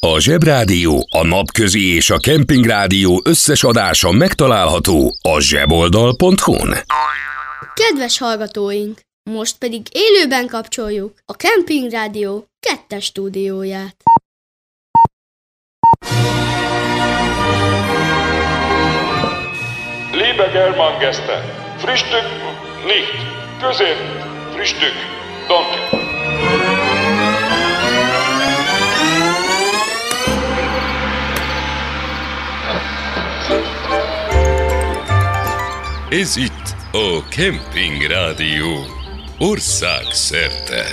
A Zsebrádió, a Napközi és a Kempingrádió összes adása megtalálható a zseboldal.hu-n. Kedves hallgatóink, most pedig élőben kapcsoljuk a Kempingrádió 2. stúdióját. Liebe Germangäste, Frühstück nicht, Köszön, Frühstück, danke. Ez itt a Kempingrádió országszerte.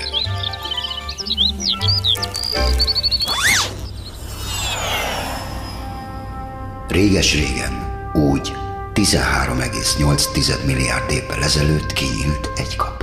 Réges-régen, úgy 13,8 milliárd évvel ezelőtt kinyílt egy kapu.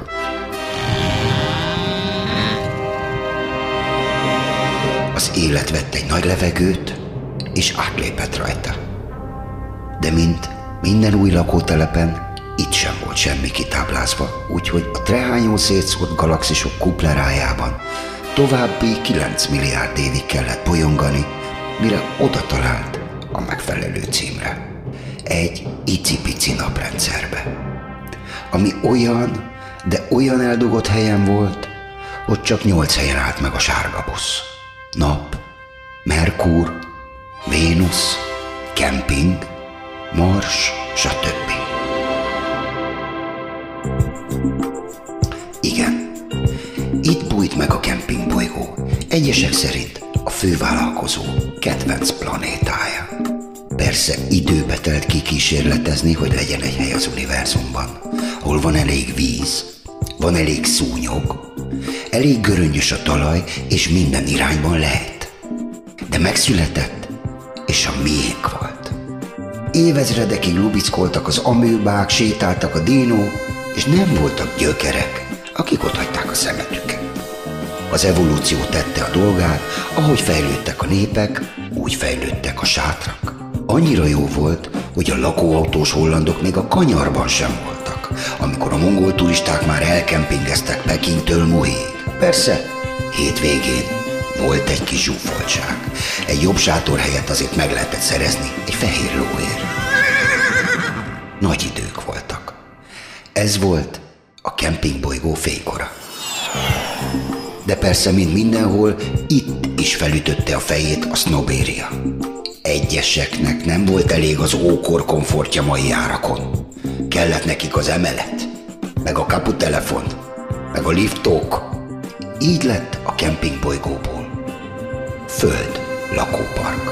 Az élet vett egy nagy levegőt, és átlépett rajta. De mint minden új lakótelepen, itt sem volt semmi kitáblázva, úgyhogy a trehányó szétszórt galaxisok kuplerájában további 9 milliárd évig kellett bolyongani, mire oda talált a megfelelő címre. Egy icipici naprendszerbe, ami olyan, de olyan eldugott helyen volt, hogy csak 8 helyen állt meg a sárga busz. Nap, Merkur, Vénusz, kemping, Mars, stb. Igen, itt bújt meg a kempingbolygó, egyesek szerint a fővállalkozó kedvenc planétája. Persze időbe telt kikísérletezni, hogy legyen egy hely az univerzumban, ahol van elég víz, van elég szúnyog, elég göröngyös a talaj, és minden irányban lehet. De megszületett, és a miénk volt. Évezredekig lubickoltak az amőbák, sétáltak a dinók, és nem voltak gyökerek, akik otthagyták a szemetüket. Az evolúció tette a dolgát, ahogy fejlődtek a népek, úgy fejlődtek a sátrak. Annyira jó volt, hogy a lakóautós hollandok még a kanyarban sem voltak, amikor a mongol turisták már elkempingeztek Pekingtől Muhig. Persze, hétvégén volt egy kis zsúfoltság. Egy jobb sátorhelyet azért meg lehetett szerezni egy fehér lóért. Nagy idők voltak. Ez volt a kempingbolygó fénykora. De persze, mint mindenhol, itt is felütötte a fejét a sznobéria. Egyeseknek nem volt elég az ókor komfortja mai árakon. Kellett nekik az emelet, meg a kaputelefon, meg a liftók. Így lett a kempingbolygóból föld lakópark.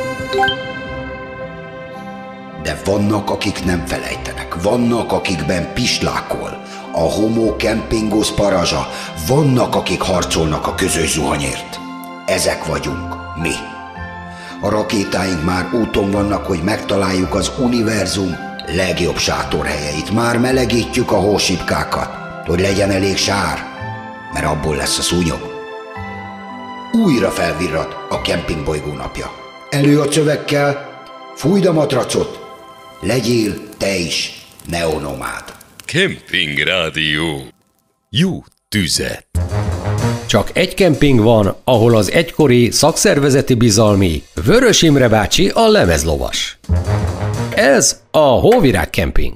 De vannak, akik nem felejtenek, vannak, akikben pislákol a homo campingos parazsa, vannak, akik harcolnak a közös zuhanyért. Ezek vagyunk mi. A rakétáink már úton vannak, hogy megtaláljuk az univerzum legjobb sátorhelyeit. Már melegítjük a hósipkákat, hogy legyen elég sár, mert abból lesz a szúnyog. Újra felvirrad a kempingbolygó napja. Elő a csövekkel, fújd a matracot, legyél te is neonomád. Kempingrádió. Jó tüzet. Csak egy kemping van, ahol az egykori szakszervezeti bizalmi Vörös Imre bácsi a lemezlovas. Ez a Hóvirág Kemping.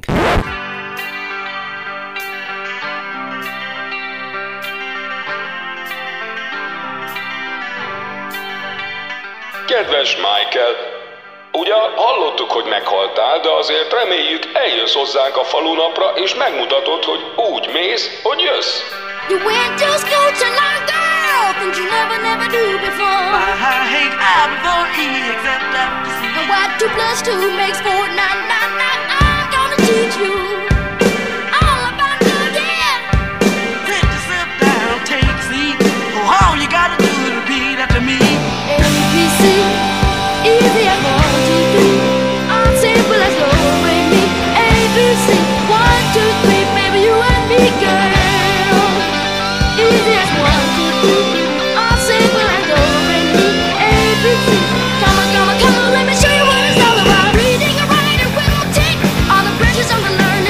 Kedves Michael, ugye hallottuk, hogy meghaltál, de azért reméljük eljössz hozzánk a falunapra, és megmutatod, hogy úgy mész, hogy jössz. You went to school to learn, girl, things you never do before. I hate I before E except after C. And why 2 plus 2 makes 4, 9, 9, 9. I'm gonna teach you all about the year. Sit yourself down, take a seat. Oh, all you gotta do is repeat after me. A, B, C, easy as 1, 2, 3. I'm simple as low, re, mi. A, B, C, 1, 2, 3. Maybe you and me, girl. Easy as 1, 2, 3. I'm simple as low, re, mi. A, B, C. Come on, come on, come on, let me show you what it's all about. Reading and writing, arithmetic, all the pressures on the learn.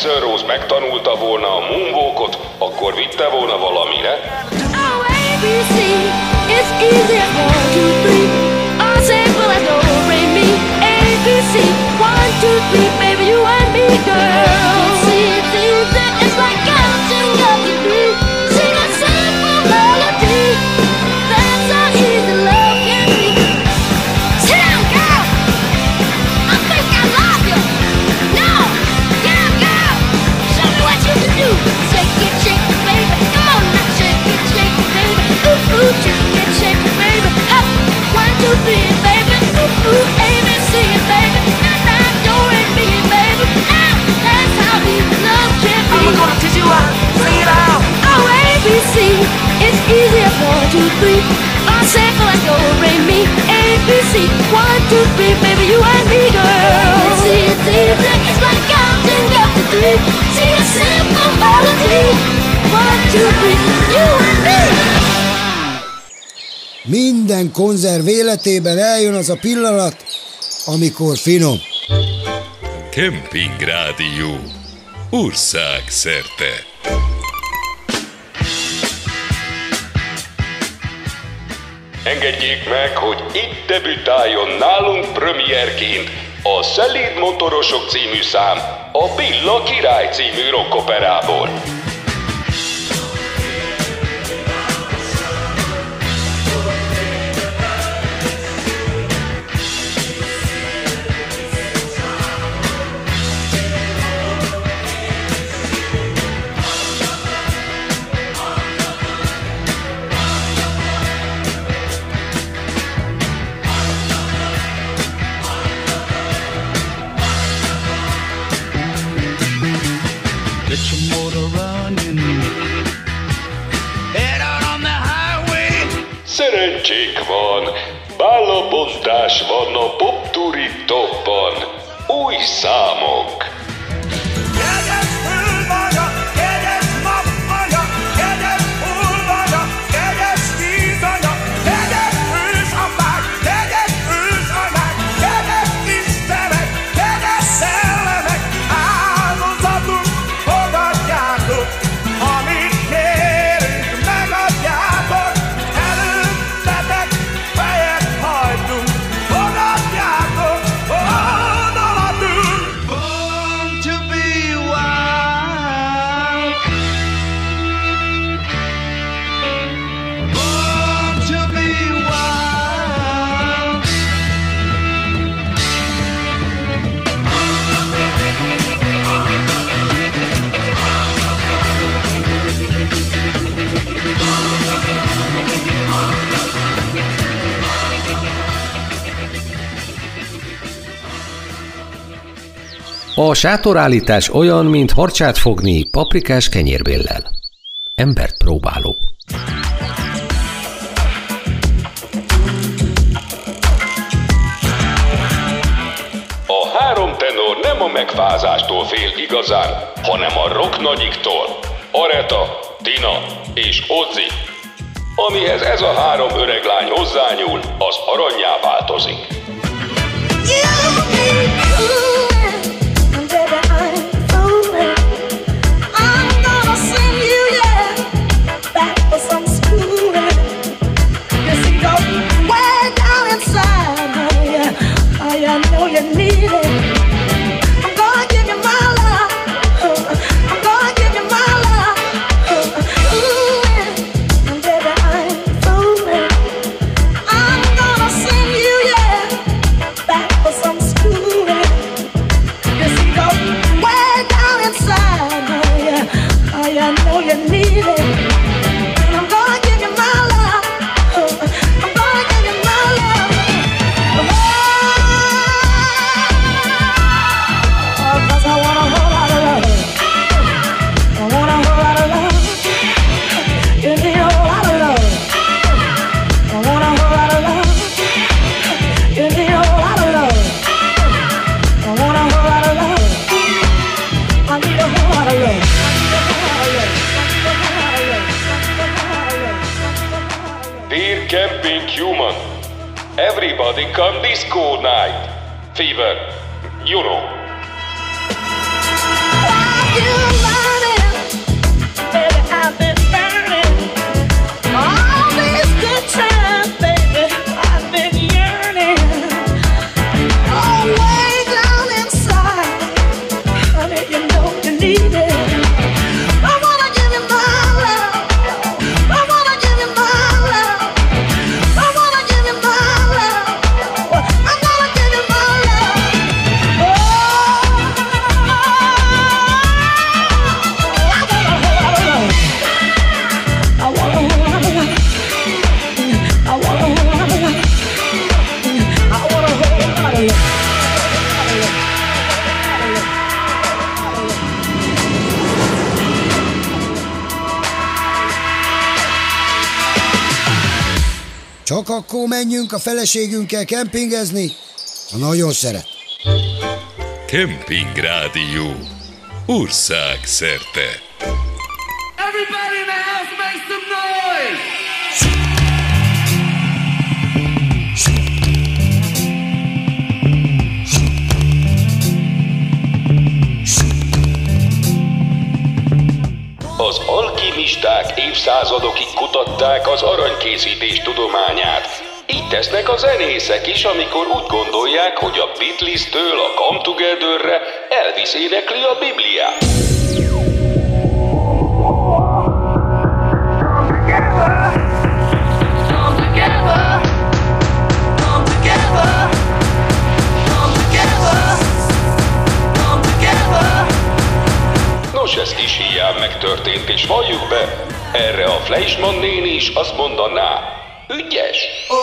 Axl Rose megtanulta volna a moonwalkot, akkor vitte volna valamire. Oh, ABC, it's easy as 1, 2, 3. All simple as do, re, mi. ABC, 1, 2, 3, baby, you and me, girl. See, it's easy, it's like counting up to 3. Sing a simple melody. That's how easy love can be. Sit down, girl. I think I love you. No, girl, show me what you can do. Shake it, baby. Come on now, shake it, baby. Ooh, ooh, shake it, baby. Up, 1, 2, 3, baby. Ooh, ooh, ABC, baby. Now, do it, me, baby. Now, that's how easy love can be. I'm gonna teach you how. Sing it out. Oh, ABC, it's easy as 1, 2, 3. All simple as do, re, mi. ABC, 1, 2, 3, baby, you and me, girl. See, it's easy, it's like counting up to 3. See a simple melody. 1, 2, 3, you and me. Minden konzerv életében eljön az a pillanat, amikor finom. Kemping Rádió. Országszerte. Engedjék meg, hogy itt debütáljon nálunk premierként a Szelíd motorosok című szám a Billa király című rockoperából. Get your motor running. Head out on the highway. Szerencsék van, bálabontás van a Popturi Topban. Új számok. Kegyes fölvaja, kegyes napvaja, kegyes fölvaja, kegyes vízanya, kegyes ősapák, kegyes ősanyák, kegyes istenek, kegyes szellemek, áldozatunk fogadjátok, amit kérünk, megadjátok, előttetek fejet hajtunk, fogadjátok, oldalatunk. Born to be wild. Born to be wild. A sátorállítás olyan, mint harcsát fogni paprikás kenyérbéllel. Embert próbáló. A három tenor nem a megfázástól fél igazán, hanem a rock nagyiktól. Aretha, Tina és Ozzy. Amihez ez a három öreglány hozzányúl, az arannyá változik. Camping human. Everybody come disco night. Fever, you know. Csak akkor menjünk a feleségünkkel kempingezni, ha nagyon szeret. Camping Rádió. Ország szerte. Everybody in the house make some noise! Az alkimisták évszázadokig kutatták az aranykészítés tudományát. Így tesznek a zenészek is, amikor úgy gondolják, hogy a Beatles-től a Come Together-re Elvis énekli a Bibliát. Nos, ez kis híján megtörtént, és valljuk be, erre a Fleischmann néni is azt mondaná, ügyes!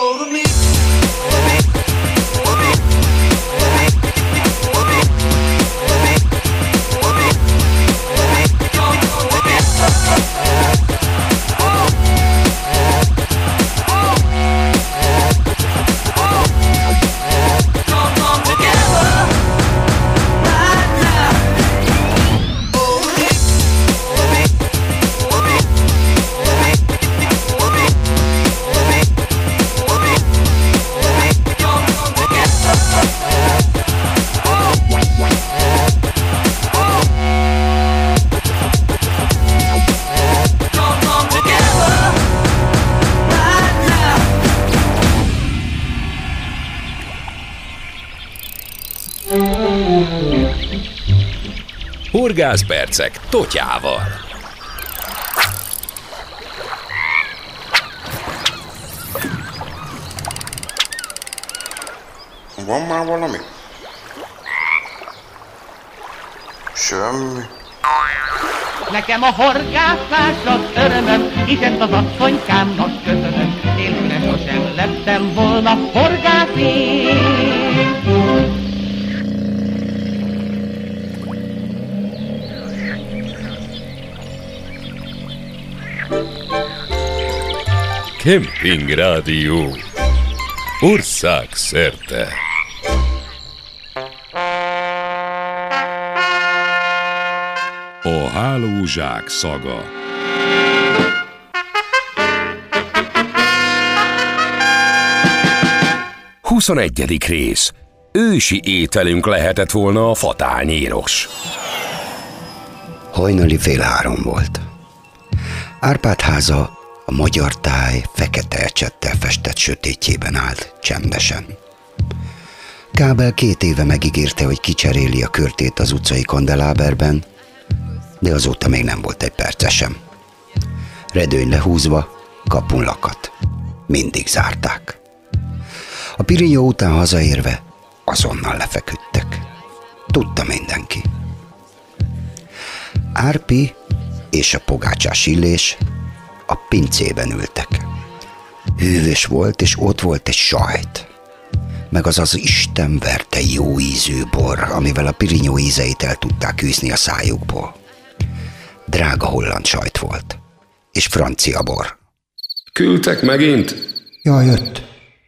Horgászpercek Totyával. Van már valami? Semmi. Nekem a horgászás az örömöm, és ezt az asszonykámnak köszönöm. Nélküle sosem lettem volna horgász én. Camping Rádió. Ország szerte. A hálózsák szaga. Huszonegyedik rész. Ősi ételünk lehetett volna a fatányéros. Hajnali 2:30 volt. Árpád háza a magyar táj fekete ecsettel festett sötétjében állt, csendesen. Kábel 2 éve megígérte, hogy kicseréli a körtét az utcai kandeláberben, de azóta még nem volt egy perce sem. Redőny lehúzva, kapun lakat. Mindig zárták. A pirinyó után hazaérve azonnal lefeküdtek. Tudta mindenki. Árpi és a pogácsás Illés a pincében ültek. Hűvös volt, és ott volt egy sajt, meg az Isten verte jó ízű bor, amivel a pirinyó ízeit el tudták űzni a szájukból. Drága holland sajt volt, és francia bor. Küldtek megint? Ja, jött.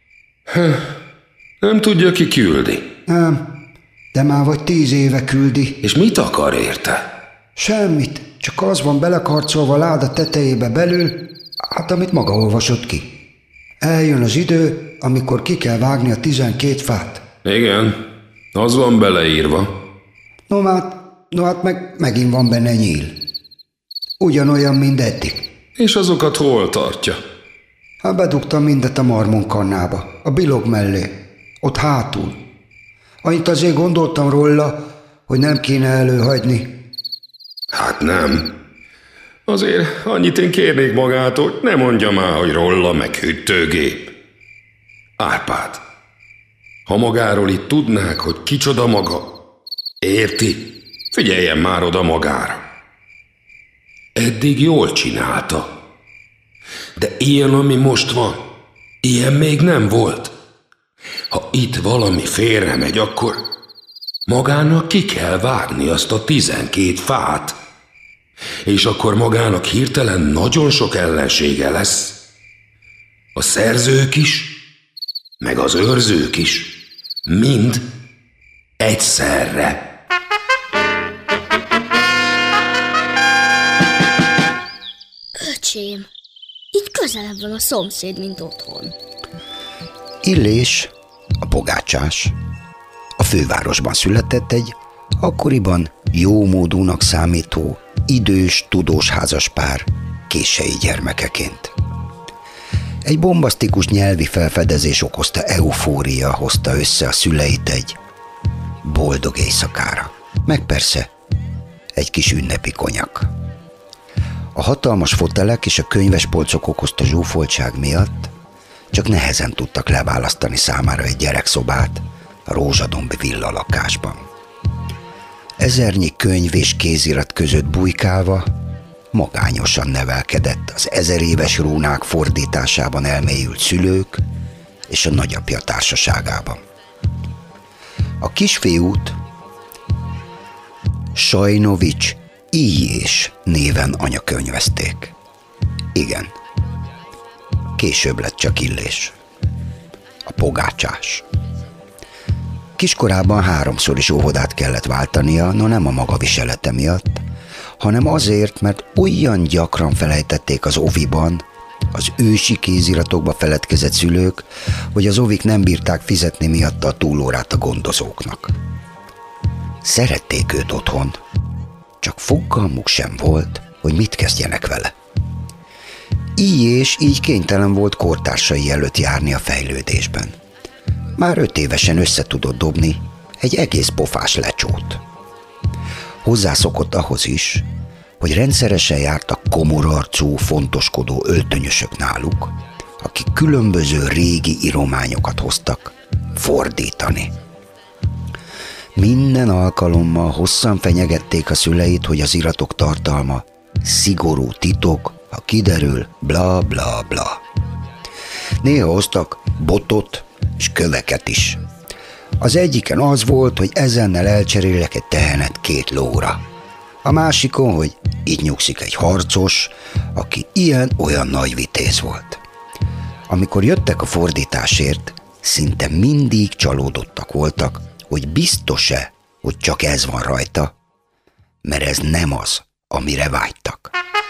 Nem tudja, ki küldi. Nem, de már vagy 10 éve küldi. És mit akar érte? Semmit, csak az van belekarcolva a láda tetejébe belül, hát amit maga olvasott ki. Eljön az idő, amikor ki kell vágni a 12 fát. Igen, az van beleírva. No hát megint van benne nyíl. Ugyanolyan, mint eddig. És azokat hol tartja? Hát bedugtam mindet a marmonkannába, a bilog mellé, ott hátul. Annyit azért gondoltam róla, hogy nem kéne előhagyni. Hát nem. Azért annyit én kérnék magától, hogy ne mondja már, hogy rolla meg hűtőgép. Árpád, ha magáról itt tudnák, hogy kicsoda maga, érti? Figyeljen már oda magára. Eddig jól csinálta. De ilyen, ami most van, ilyen még nem volt. Ha itt valami félremegy, akkor magának ki kell vágni azt a 12 fát. És akkor magának hirtelen nagyon sok ellensége lesz. a szerzők is, meg az őrzők is, mind egyszerre. Öcsém, itt közelebb van a szomszéd, mint otthon. Illés, a pogácsás, a fővárosban született egy akkoriban jómódúnak számító, idős, tudós házaspár kései gyermekeként. Egy bombasztikus nyelvi felfedezés okozta eufória hozta össze a szüleit egy boldog éjszakára, meg persze egy kis ünnepi konyak. A hatalmas fotelek és a könyvespolcok okozta zsúfoltság miatt csak nehezen tudtak leválasztani számára egy gyerekszobát a rózsadombi villa lakásban. Ezernyi könyv és kézirat között bujkálva magányosan nevelkedett az 1000 éves rúnák fordításában elmélyült szülők és a nagyapja társaságában. A kisfiút Sajnovics Illés néven anyakönyvezték. Igen, később lett csak Illés. A pogácsás. Kiskorában 3-szor is óvodát kellett váltania, no nem a maga viselete miatt, hanem azért, mert olyan gyakran felejtették az oviban, az ősi kéziratokba feledkezett szülők, hogy az ovik nem bírták fizetni miatta a túlórát a gondozóknak. Szerették őt otthon, csak fogalmuk sem volt, hogy mit kezdjenek vele. Illés így kénytelen volt kortársai előtt járni a fejlődésben. Már 5 évesen össze tudott dobni egy egész pofás lecsót. Hozzászokott ahhoz is, hogy rendszeresen jártak komorarcú, fontoskodó öltönyösök náluk, akik különböző régi írományokat hoztak fordítani. Minden alkalommal hosszan fenyegették a szüleit, hogy az iratok tartalma szigorú titok, ha kiderül, bla bla bla. Néha hoztak botot és köveket is. Az egyiken az volt, hogy ezennel elcserélek egy tehenet 2 lóra. A másikon, hogy így nyugszik egy harcos, aki ilyen-olyan nagy vitéz volt. Amikor jöttek a fordításért, szinte mindig csalódottak voltak, hogy biztos-e, hogy csak ez van rajta, mert ez nem az, amire vágytak.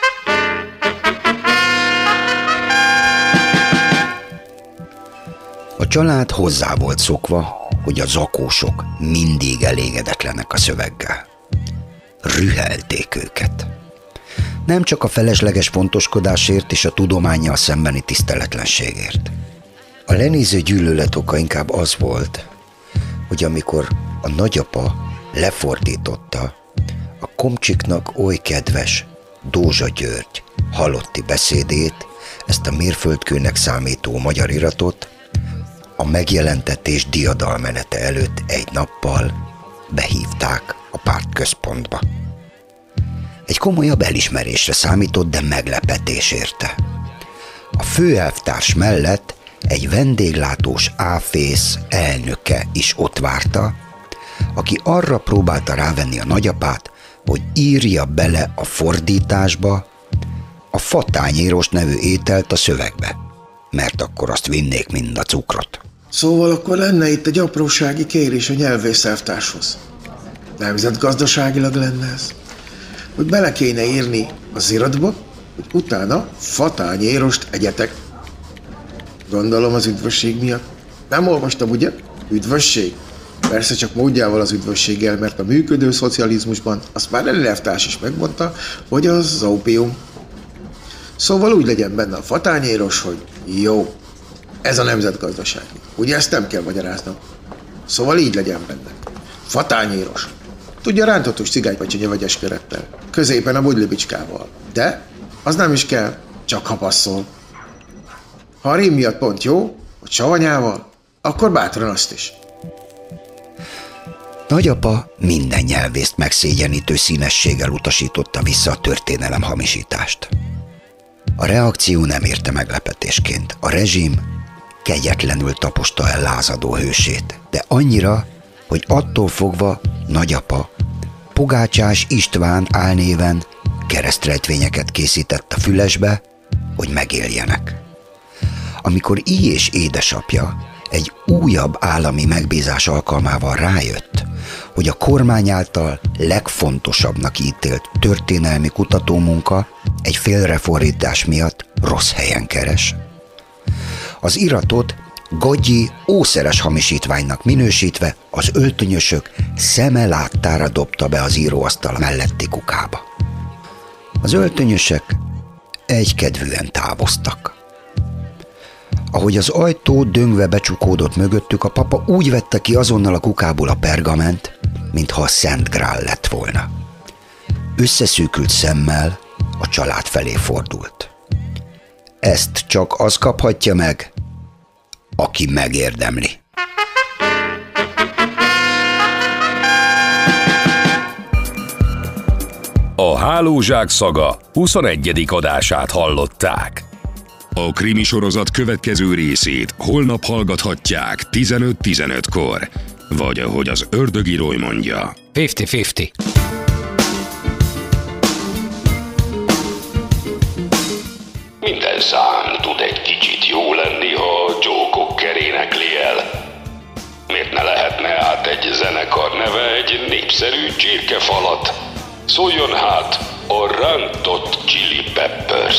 A család hozzá volt szokva, hogy a zakósok mindig elégedetlenek a szöveggel. Rühelték őket. Nem csak a felesleges fontoskodásért és a tudománnyal szembeni tiszteletlenségért. A lenéző gyűlölet oka inkább az volt, hogy amikor a nagyapa lefordította a Komcsiknak oly kedves Dózsa György halotti beszédét, ezt a mérföldkőnek számító magyar iratot, a megjelentetés diadalmenete előtt egy nappal behívták a pártközpontba. Egy komolyabb elismerésre számított, de meglepetés érte. A főelvtárs mellett egy vendéglátós áfész elnöke is ott várta, aki arra próbálta rávenni a nagyapát, hogy írja bele a fordításba a fatányéros nevű ételt a szövegbe, mert akkor azt vinnék mind a cukrot. Szóval akkor lenne itt egy aprósági kérés a nyelvészelvtárshoz. Nemzetgazdaságilag lenne ez, hogy bele kéne írni az iratba, hogy utána fatányérost egyetek. Gondolom az üdvösség miatt. Nem olvastam, ugye? Üdvösség? Persze csak módjával az üdvösséggel, mert a működő szocializmusban azt már Eli elvtárs is megmondta, hogy az ópium. Szóval úgy legyen benne a fatányéros, hogy jó, ez a nemzetgazdaság. Ugye ezt nem kell magyaráznom. Szóval így legyen benne. Fatányéros. Tudja, rántottós cigánypacsinya vegyes kerettel. Középen a budlibicskával. De az nem is kell, csak ha passzol. Ha a rím miatt pont jó, hogy savanyával, akkor bátran azt is. Nagyapa minden nyelvészt megszégyenítő színességgel utasította vissza a történelem hamisítást. A reakció nem érte meglepetésként. A rezsim kegyetlenül taposta el lázadó hősét, de annyira, hogy attól fogva nagyapa Pogácsás István álnéven keresztrejtvényeket készített a fülesbe, hogy megéljenek. amikor I és édesapja egy újabb állami megbízás alkalmával rájött, hogy a kormány által legfontosabbnak ítélt történelmi kutatómunka egy félrefordítás miatt rossz helyen keres. Az iratot gagyi, ószeres hamisítványnak minősítve az öltönyösök szeme láttára dobta be az íróasztal melletti kukába. Az öltönyösek egykedvűen távoztak. Ahogy az ajtó döngve becsukódott mögöttük, a papa úgy vette ki azonnal a kukából a pergament, mintha a Szent Grál lett volna. Összeszűkült szemmel a család felé fordult. Ezt csak az kaphatja meg, aki megérdemli. A Hálózsák szaga 21. adását hallották. A krimisorozat következő részét holnap hallgathatják 15:15-kor, vagy ahogy az ördögírói mondja, 50-50. Minden szám tud egy kicsit jó lenni, ha Joe Cocker énekli el. Miért ne lehetne át egy zenekar neve egy népszerű csirkefalat? Szóljon hát a Rántott Chili Peppers.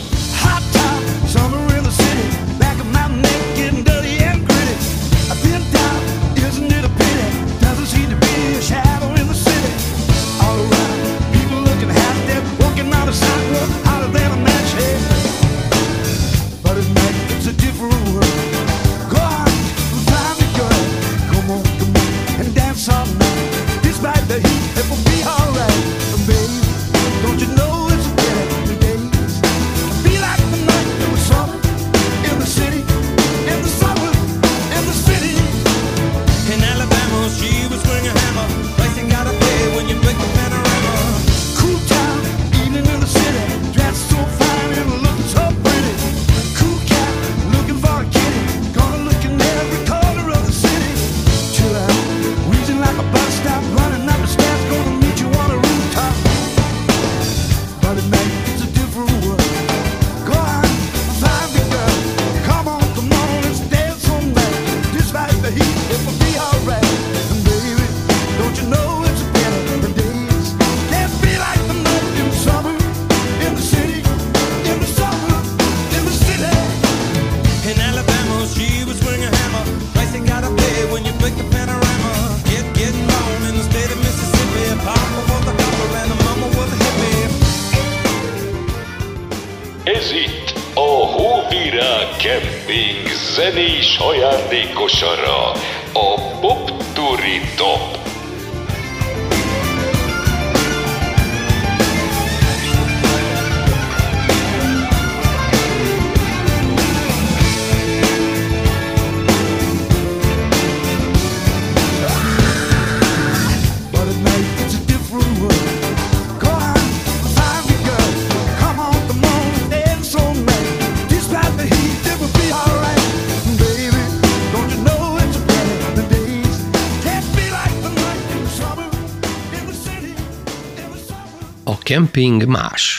Ez itt a Hóvirág Camping zenés ajándékosara, a Pop Turi Top. A kemping más.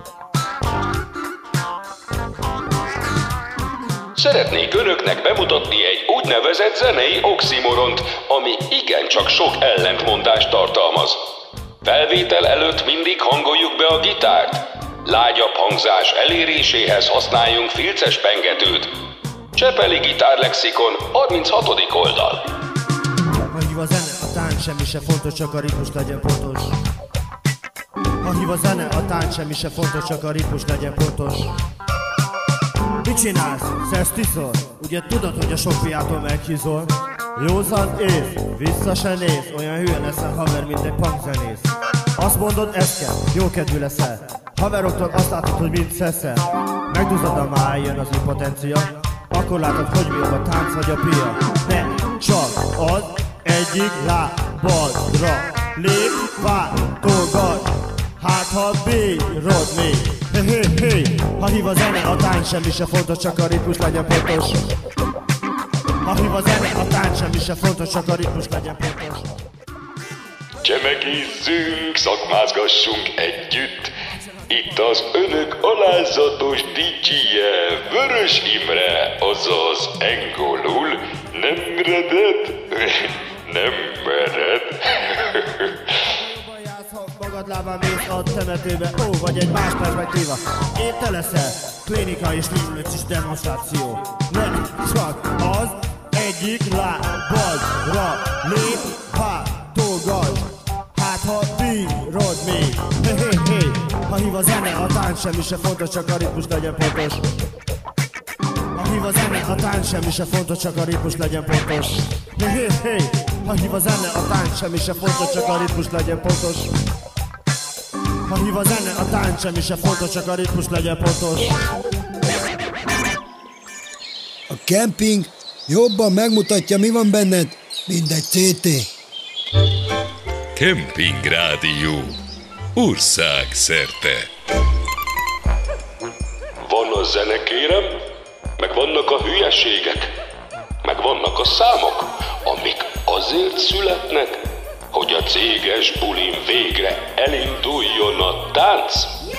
Szeretnék önöknek bemutatni egy úgynevezett zenei oximoront, ami igencsak sok ellentmondást tartalmaz. Felvétel előtt mindig hangoljuk be a gitárt. Lágyabb hangzás eléréséhez használjunk filces pengetőt. Csepeli gitárlexikon, 36. oldal. Ha hív a zene, a tánc semmi se fontos, csak a ritmus legyen pontos. Ha hív a zene, a tánc semmi se fontos, csak a ritmus legyen pontos. Mit csinálsz? Szesztiszol? Ugye tudod, hogy a sok fiától meghízol? Józan ész, vissza se néz, olyan hülye leszel haver, mint egy punkzenész. Azt mondod, ez kell, jókedvű leszel. Haveroktól azt látod, hogy mind szeszel. Megduzzad a máj, jön az impotencia. Akkor látod, hogy mi a tánc vagy a pia. Ne csak az egyik lábadra lép, váltogat. Hát ha bírod még, hé. Ha hív a zene, a tánc semmi se fontos, csak a ritmus legyen pontos. Ha hív a zene, a tánc semmi se fontos, csak a ritmus legyen pontos. Csemegézzünk, szakmázgassunk együtt. Itt az önök alázatos DJ-je, Vörös Imre, azaz angolul nem mered, nem mered. Magad lábán mész a temetőbe, vagy egy más perspektíva. Épp te leszel, klinika és limites demonstráció. Nem csak az egyik lábadra lép, hátogass. Hát ha bírod még, hé. Ha hív a zene, a tánc semmi se fontos, csak a ritmus legyen pontos. Ha hív a zene, a tánc semmi se fontos, csak a ritmus legyen pontos. Hé. Ha hív a zene, a tánc semmi se fontos, csak a ritmus legyen pontos. Ha hív a zene, a tánc semmi se fontos, csak a ritmus legyen pontos. A kemping jobban megmutatja, mi van benned, mint egy CT. Kemping Rádió. Országszerte. Van a zene, kérem, meg vannak a hülyeségek, meg vannak a számok, amik azért születnek, hogy a céges bulin végre elinduljon a tánc.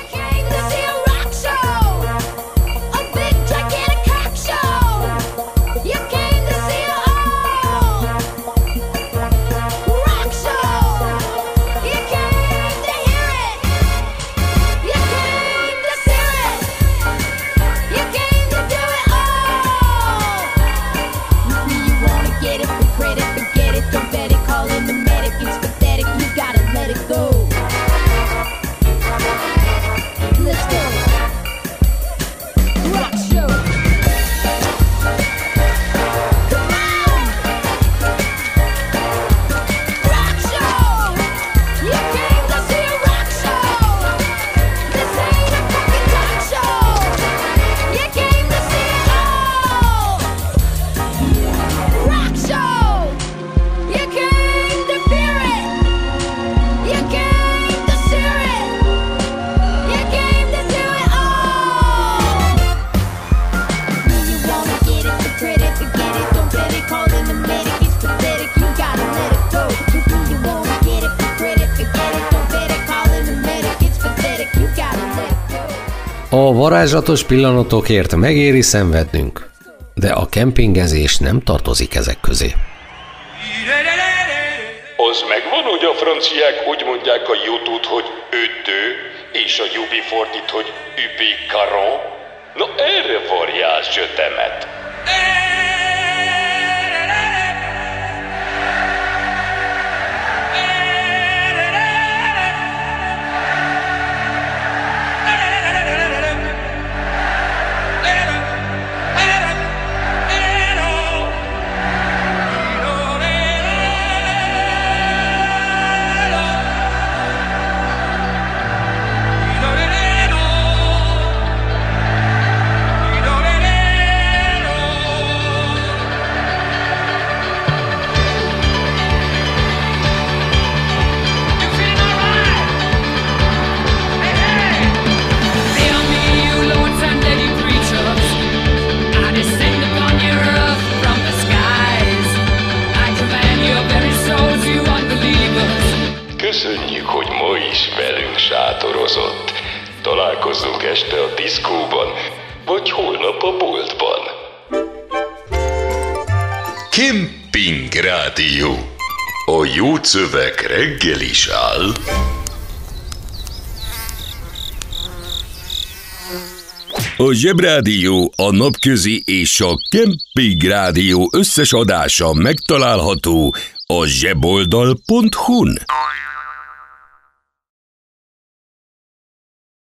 A varázslatos pillanatokért megéri szenvednünk, de a kempingezés nem tartozik ezek közé. Az megvan, hogy a franciák úgy mondják a jutót, hogy ödő, és a jubi fordít, hogy übi caron. Na erre varjás zsötemet. Köszönjük, hogy ma is velünk sátorozott. Találkozzunk este a diszkóban, vagy holnap a boltban. Kemping Rádió. A jó szöveg reggel is áll. A Zsebrádió, a Napközi és a Kemping Rádió összes adása megtalálható a zseboldal.hu-n.